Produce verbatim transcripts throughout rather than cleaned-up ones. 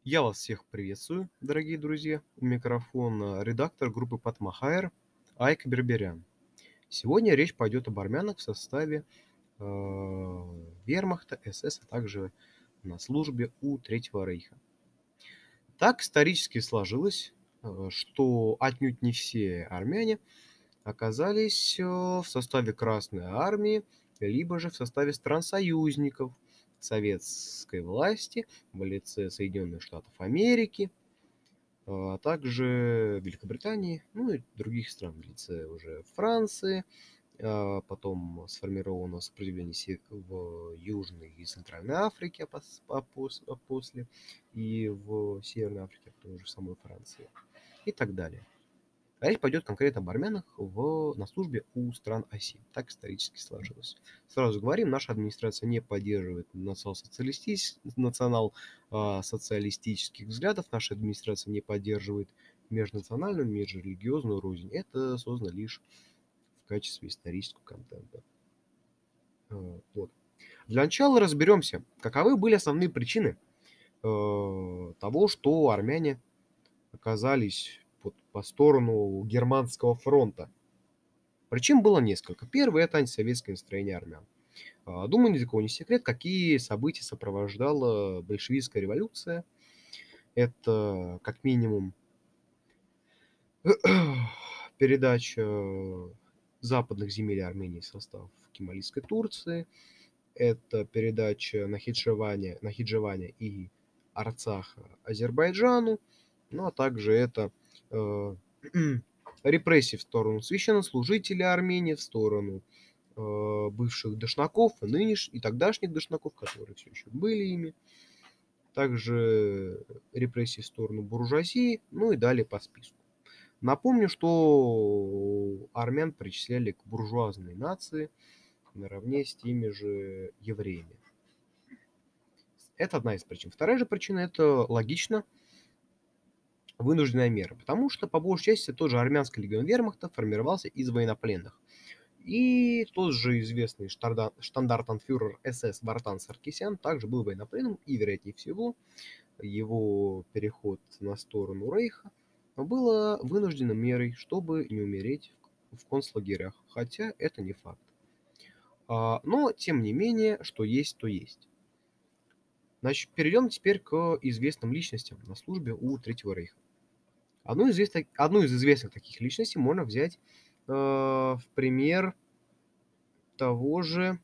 Я вас всех приветствую, дорогие друзья. У микрофона редактор группы Патмахайр Айк Берберян. Сегодня речь пойдет об армянах в составе э, вермахта, СС, а также на службе у Третьего Рейха. Так исторически сложилось, э, что отнюдь не все армяне оказались э, в составе Красной Армии, либо же в составе стран-союзников советской власти в лице Соединенных Штатов Америки, а также Великобритании, ну и других стран в лице уже Франции. А потом сформировано сопротивление се- в Южной и Центральной Африке, а пос- а пос- а после и в Северной Африке, а потом уже в самой Франции и так далее. А речь пойдет конкретно об армянах в, на службе у стран оси. Так исторически сложилось. Сразу говорим, наша администрация не поддерживает национал-социалистических, национал-социалистических взглядов. Наша администрация не поддерживает межнациональную, межрелигиозную рознь. Это создано лишь в качестве исторического контента. А, Вот. Для начала разберемся, каковы были основные причины э, того, что армяне оказались вот по сторону германского фронта. Причин было несколько. Первый– это антисоветское настроение армян. А, Думаю, ни для кого не секрет, какие события сопровождала большевистская революция. Это, как минимум, передача западных земель Армении в состав Кемалийской Турции. Это передача Нахидживаня, Нахидживаня и Арцаха Азербайджану. Ну, а также это э, репрессии в сторону священнослужителей Армении, в сторону э, бывших дошнаков, и нынеш... и тогдашних дошнаков, которые все еще были ими. Также репрессии в сторону буржуазии, ну и далее по списку. Напомню, что армян причисляли к буржуазной нации наравне с теми же евреями. Это одна из причин. Вторая же причина– это логично вынужденная мера, потому что, по большей части, тот же армянский легион вермахта формировался из военнопленных. И тот же известный штарда- штандартенфюрер СС Вартан Саркисян также был военнопленным, и, вероятнее всего, его переход на сторону Рейха было вынужденной мерой, чтобы не умереть в концлагерях, хотя это не факт. А, Но, тем не менее, что есть, то есть. Значит, перейдем теперь к известным личностям на службе у Третьего Рейха. Одну из, известных, одну из известных таких личностей можно взять э, в пример того же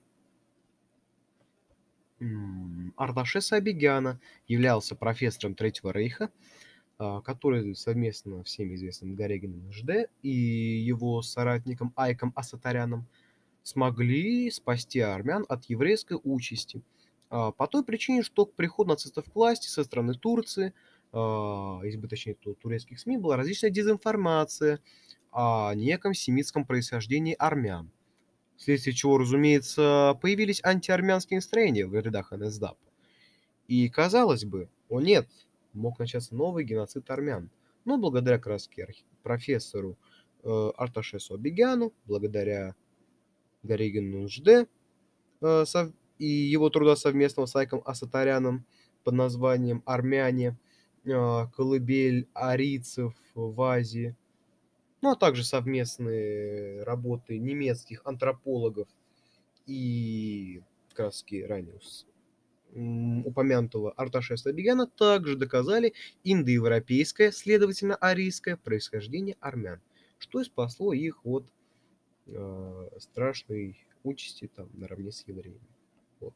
м, Ардашеса Абигяна, являлся профессором Третьего Рейха, а, который совместно всем известным Горегином Жд и его соратником Айком Асатаряном смогли спасти армян от еврейской участи. А, По той причине, что к приходу нацистов к власти со стороны Турции, а, если быть точнее, то турецких СМИ, была различная дезинформация о неком семитском происхождении армян. Вследствие чего, разумеется, появились антиармянские настроения в рядах НСДАП. И, казалось бы, о нет, мог начаться новый геноцид армян. Но благодаря как раз профессору э, Арташесу Абигяну, благодаря Горегину Жд, э, сов- и его труда совместного с Айком Асатаряном под названием «Армяне. э, Колыбель арийцев в Азии», ну а также совместные работы немецких антропологов и краски ранее с- м, упомянутого Арташеса Абигяна также доказали индоевропейское, следовательно, арийское происхождение армян, что и спасло их от э, страшной участи там наравне с евреями. Вот.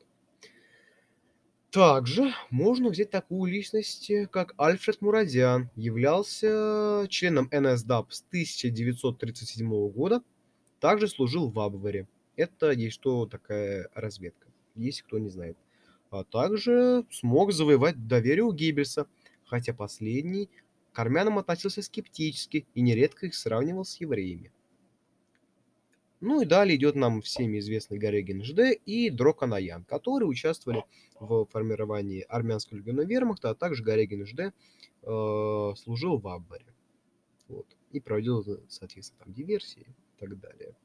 Также можно взять такую личность, э, как Альфред Мурадян. Являлся членом НСДАП с тысяча девятьсот тридцать седьмого года. Также служил в Абвере. Это есть что такая разведка, если кто не знает. А также смог завоевать доверие у Геббельса, хотя последний к армянам относился скептически и нередко их сравнивал с евреями. Ну и далее идет нам всеми известный Горегин Жд и Дрокан Аян, которые участвовали в формировании армянского легиона вермахта, а также Горегин Жд э, служил в Аббаре. Вот, и проводил, соответственно, там диверсии и так далее.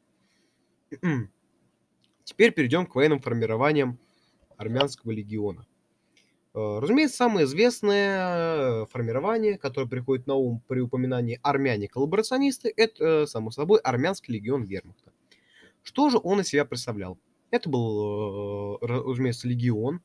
Теперь перейдем к военным формированиям армянского легиона. Э, разумеется, самое известное формирование, которое приходит на ум при упоминании армяне-коллаборационисты, это, само собой, армянский легион Вермахта. Что же он из себя представлял? Это был, э, ра разумеется, легион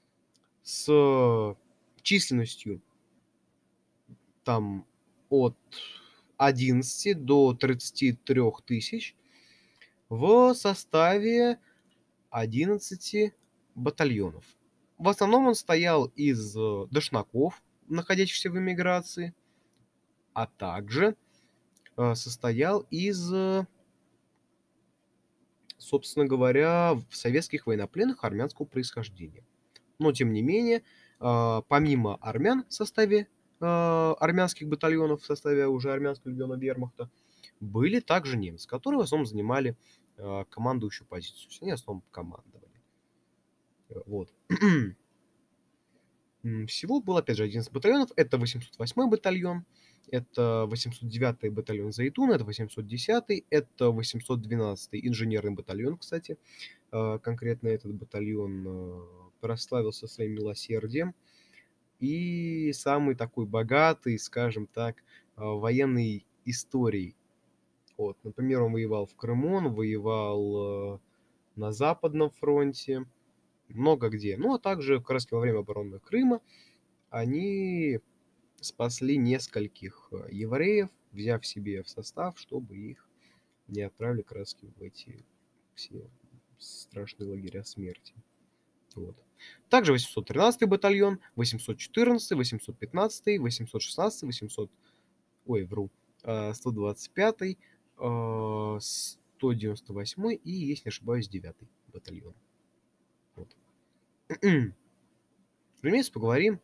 с численностью там от одиннадцати до тридцати трёх тысяч в составе одиннадцати батальонов. В основном он стоял из э, дошнаков, находящихся в эмиграции, а также э, состоял из, э, собственно говоря, в- советских военнопленных армянского происхождения. Но, тем не менее, а, помимо армян в составе а, армянских батальонов, в составе уже армянского легиона Вермахта, были также немцы, которые в основном занимали а, командующую позицию. То есть они в основном командовали. Э, Вот. М, Всего было, опять же, одиннадцать батальонов. Это восемьсот восьмой батальон, это восемьсот девятый батальон Зайтун, это восемьсот десятый, это восемьсот двенадцатый инженерный батальон, кстати. А, Конкретно этот батальон э, прославился своим милосердием. И самый такой богатый, скажем так, а, военной историей. Вот, например, он воевал в Крыму, он воевал э, на Западном фронте, много где. Ну, а также как раз во время обороны Крыма они спасли нескольких э, евреев, взяв себе в состав, чтобы их не отправили как раз в эти все страшные лагеря смерти. Вот. Также восемьсот тринадцатый батальон, восемьсот четырнадцатый, восемьсот пятнадцатый, восемьсот шестнадцатый, восемьсот... Ой, вру. а, сто двадцать пятый, а, сто девяносто восьмой и, если не ошибаюсь, девятый батальон. Вот. Разумеется, поговорим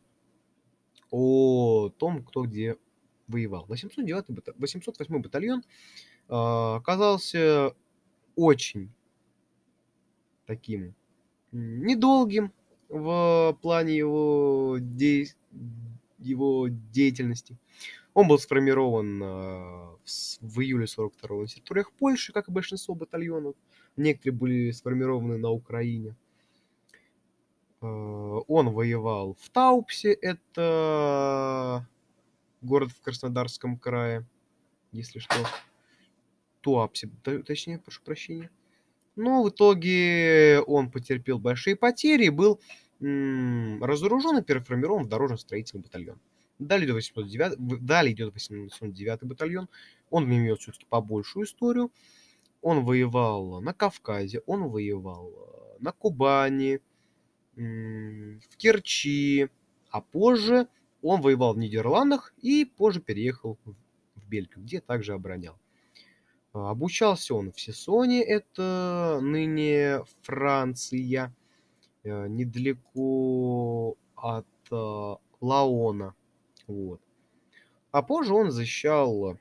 о том, кто где воевал. восемьсот девятый, бата- восемьсот восьмой батальон а, оказался очень таким м, недолгим в плане его, дей- его деятельности. Он был сформирован а, в с- в июле сорок второго на территориях Польши, как и большинство батальонов. Некоторые были сформированы на Украине. А, Он воевал в Таупсе, это город в Краснодарском крае, если что. Туапсе, т- точнее, прошу прощения. Но в итоге он потерпел большие потери и был м, разоружен и переформирован в дорожно-строительный батальон. Далее идет восемьсот девятый, в- далее идет восемьсот девятый батальон. Он имеет все-таки побольшую историю. Он воевал на Кавказе, он воевал э, на Кубани, м, в Керчи, а позже он воевал в Нидерландах и позже переехал в в Бельгию, где также оборонял. А, Обучался он в Сессоне, это ныне Франция, э, недалеко от э, Лаона. Вот. А позже он защищал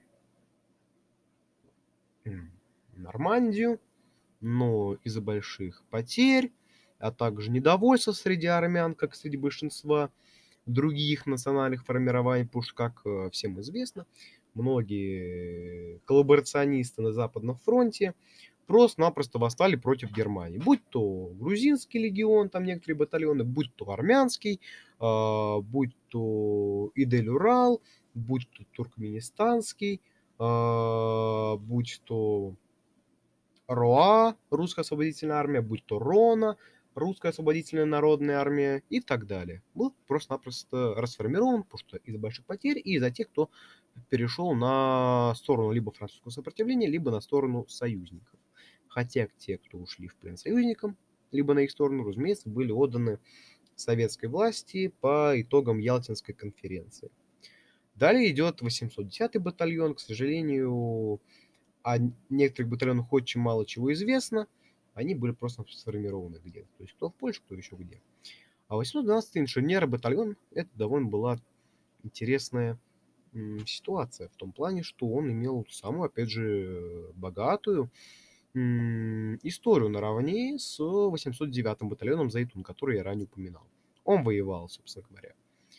м, Нормандию, но из-за больших потерь, а также недовольства среди армян, как среди большинства других национальных формирований, потому что, как э, всем известно, многие коллаборационисты на Западном фронте просто-напросто восстали против Германии. Будь то грузинский легион, там некоторые батальоны, будь то армянский, а, будь то Идель-Урал, будь то туркменистанский, а, будь то РОА, Русская освободительная армия, будь то РОНА, Русская освободительная народная армия и так далее. Был просто-напросто расформирован, потому что из-за больших потерь и из-за тех, кто перешел на сторону либо французского сопротивления, либо на сторону союзников. Хотя те, кто ушли в плен союзникам, либо на их сторону, разумеется, были отданы советской власти по итогам Ялтинской конференции. Далее идет восемьсот десятый батальон. К сожалению, о некоторых батальонах очень мало чего известно. Они были просто сформированы где-то. То есть кто в Польше, кто еще где. А восемьсот двенадцатый инженерный батальон, это довольно была интересная м, ситуация. В том плане, что он имел самую, опять же, богатую м, историю наравне с восемьсот девятым батальоном Зайтун, который я ранее упоминал. Он воевал, собственно говоря,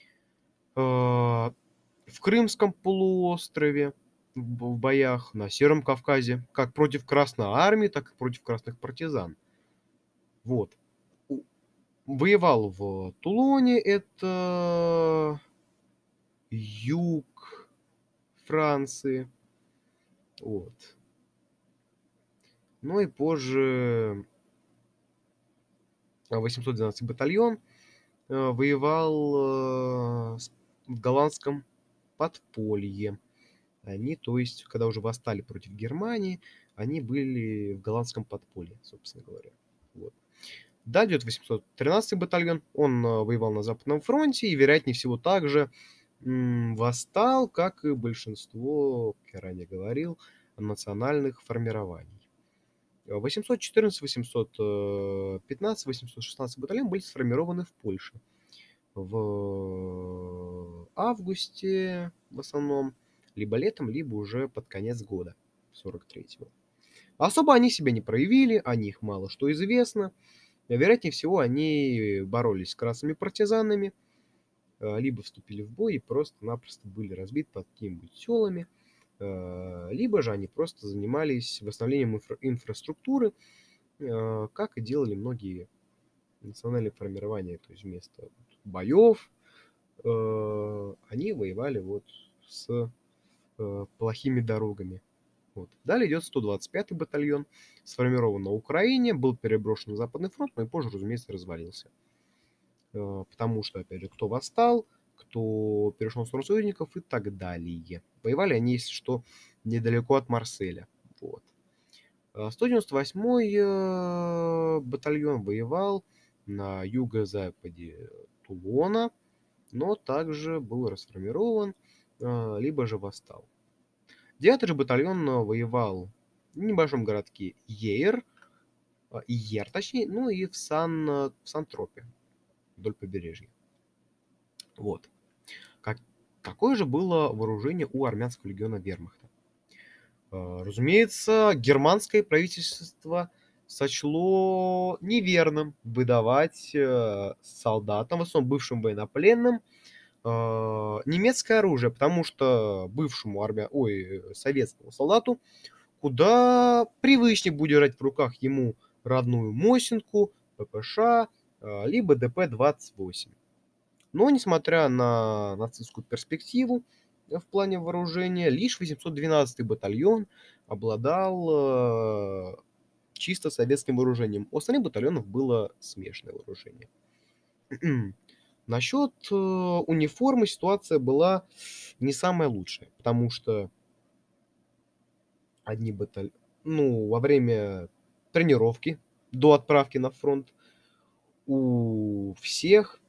э, в Крымском полуострове, в в боях на Сером Кавказе, как против Красной Армии, так и против красных партизан. Вот. У- Воевал в Тулоне, это юг Франции. Вот. Ну и позже а, восемьсот двенадцатый батальон э, воевал э, с- в голландском подполье. Они, то есть, когда уже восстали против Германии, они были в голландском подполье, собственно говоря. Вот. Далее идет восемьсот тринадцатый батальон. Он э, воевал на Западном фронте и, вероятнее всего, также м, восстал, как и большинство, как я ранее говорил, национальных формирований. восемьсот четырнадцатый, восемьсот пятнадцатый, восемьсот шестнадцатый батальон были сформированы в Польше в августе в основном, либо летом, либо уже под конец года сорок третьего. Особо они себя не проявили, о них мало что известно. Вероятнее всего, они боролись с красными партизанами, э, либо вступили в бой и просто-напросто были разбиты под какими-нибудь селами, э, либо же они просто занимались восстановлением инфра- инфраструктуры, э, как и делали многие национальные формирования, то есть вместо вот боев э, они воевали вот с э, плохими дорогами. Вот. Далее идет сто двадцать пятый батальон, сформирован на Украине, был переброшен на Западный фронт, но и позже, разумеется, развалился. Э, Потому что, опять же, кто восстал, кто перешел на сторону союзников и так далее. Воевали они, если что, недалеко от Марселя. Вот. Э, сто девяносто восьмой э, батальон воевал на юго-западе Тулона, но также был расформирован, э, либо же восстал. Девятый же батальон э, воевал в небольшом городке Ейр, э, Йер, точнее, ну и в, Сан, э, в Сан-Тропе, вдоль побережья. Вот. Как, какое же было вооружение у армянского легиона вермахта? Э, Разумеется, германское правительство сочло неверным выдавать э, солдатам, в основном бывшим военнопленным, э, немецкое оружие, потому что бывшему армия, ой, советскому солдату куда привычнее будет держать в руках ему родную Мосинку, ППШ, э, либо ДП двадцать восемь. Но, несмотря на нацистскую перспективу э, в плане вооружения, лишь восемьсот двенадцатый батальон обладал э, чисто советским вооружением. У остальных батальонов было смешанное вооружение. Насчет э, униформы ситуация была не самая лучшая, потому что одни батальоны, ну, во время тренировки до отправки на фронт у всех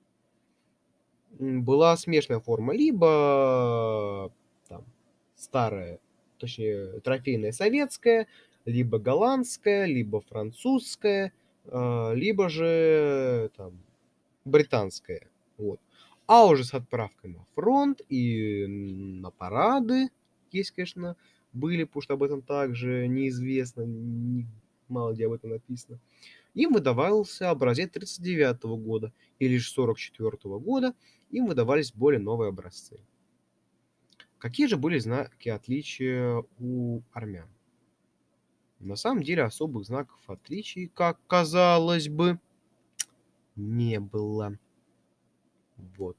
м, была смешанная форма. Либо там старая, точнее, трофейная советская, либо голландская, либо французская, э, либо же там британская. Вот. А уже с отправкой на фронт и на парады, есть, конечно, были, потому что об этом также неизвестно, не- мало где об этом написано. Им выдавался образец тридцать девятого года, и лишь сорок четвёртого года им выдавались более новые образцы. Какие же были знаки отличия у армян? На самом деле особых знаков отличий, как казалось бы, не было. Вот.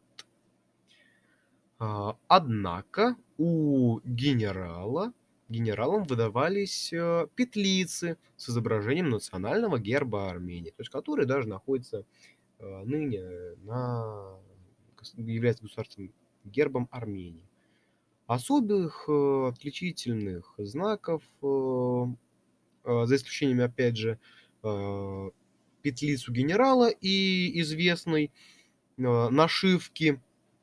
А, Однако у генерала, генералам выдавались э, петлицы с изображением национального герба Армении, то есть которые даже находятся э, ныне на, гос- является государственным гербом Армении. Особых э, отличительных знаков, э, э, за исключением, опять же, э, петлиц у генерала и известной э, нашивки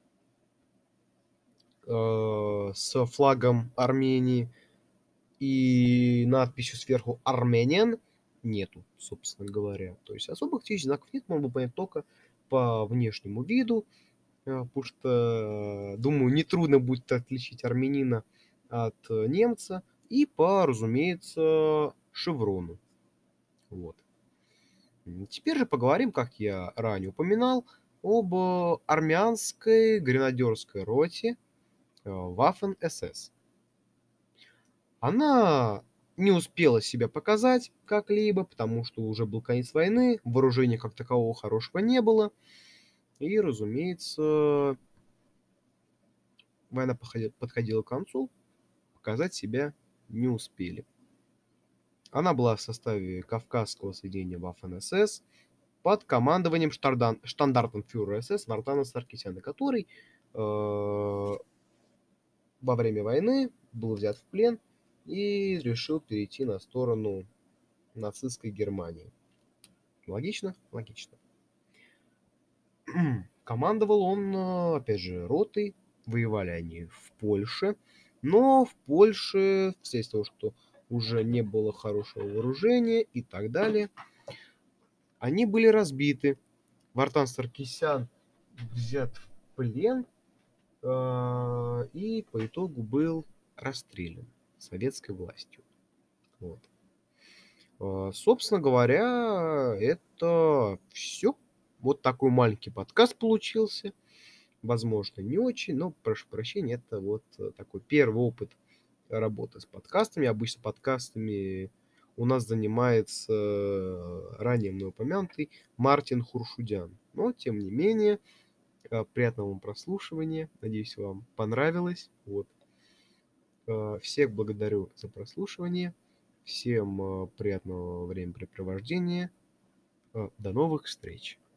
э, с флагом Армении и надписью сверху «Армениан» нету, собственно говоря. То есть особых отличительных знаков нет, можно было понять только по внешнему виду, э, потому что, думаю, нетрудно будет отличить армянина от э, немца, и по, разумеется, шеврону. Вот. М, Теперь же поговорим, как я ранее упоминал, об э, армянской гренадерской роте Waffen-эс эс. Она не успела себя показать как-либо, потому что уже был конец войны, вооружения как такового хорошего не было. И, разумеется, война походи- подходила к концу, показать себя не успели. Она была в составе Кавказского соединения Waffen-эс эс под командованием штардан- штандартенфюрера эс эс Вартана Саркисяна, который э, во время войны был взят в плен и решил перейти на сторону нацистской Германии. Логично? Логично. Командовал он, э, опять же, ротой. Воевали они в Польше. Но в Польше, вследствие того, что уже не было хорошего вооружения и так далее, они были разбиты. Вартан Саркисян взят в плен э, и по итогу был расстрелян советской властью. Вот. Э, Собственно говоря, это все. Вот такой маленький подкаст получился. Возможно, не очень, но прошу прощения, это вот э, такой первый опыт работы с подкастами. Обычно подкастами у нас занимается э, ранее мной упомянутый Мартин Хуршудян. Но, тем не менее, э, приятного вам прослушивания. Надеюсь, вам понравилось. Вот. Э, Всех благодарю за прослушивание. Всем э, приятного времяпрепровождения. Э, До новых встреч.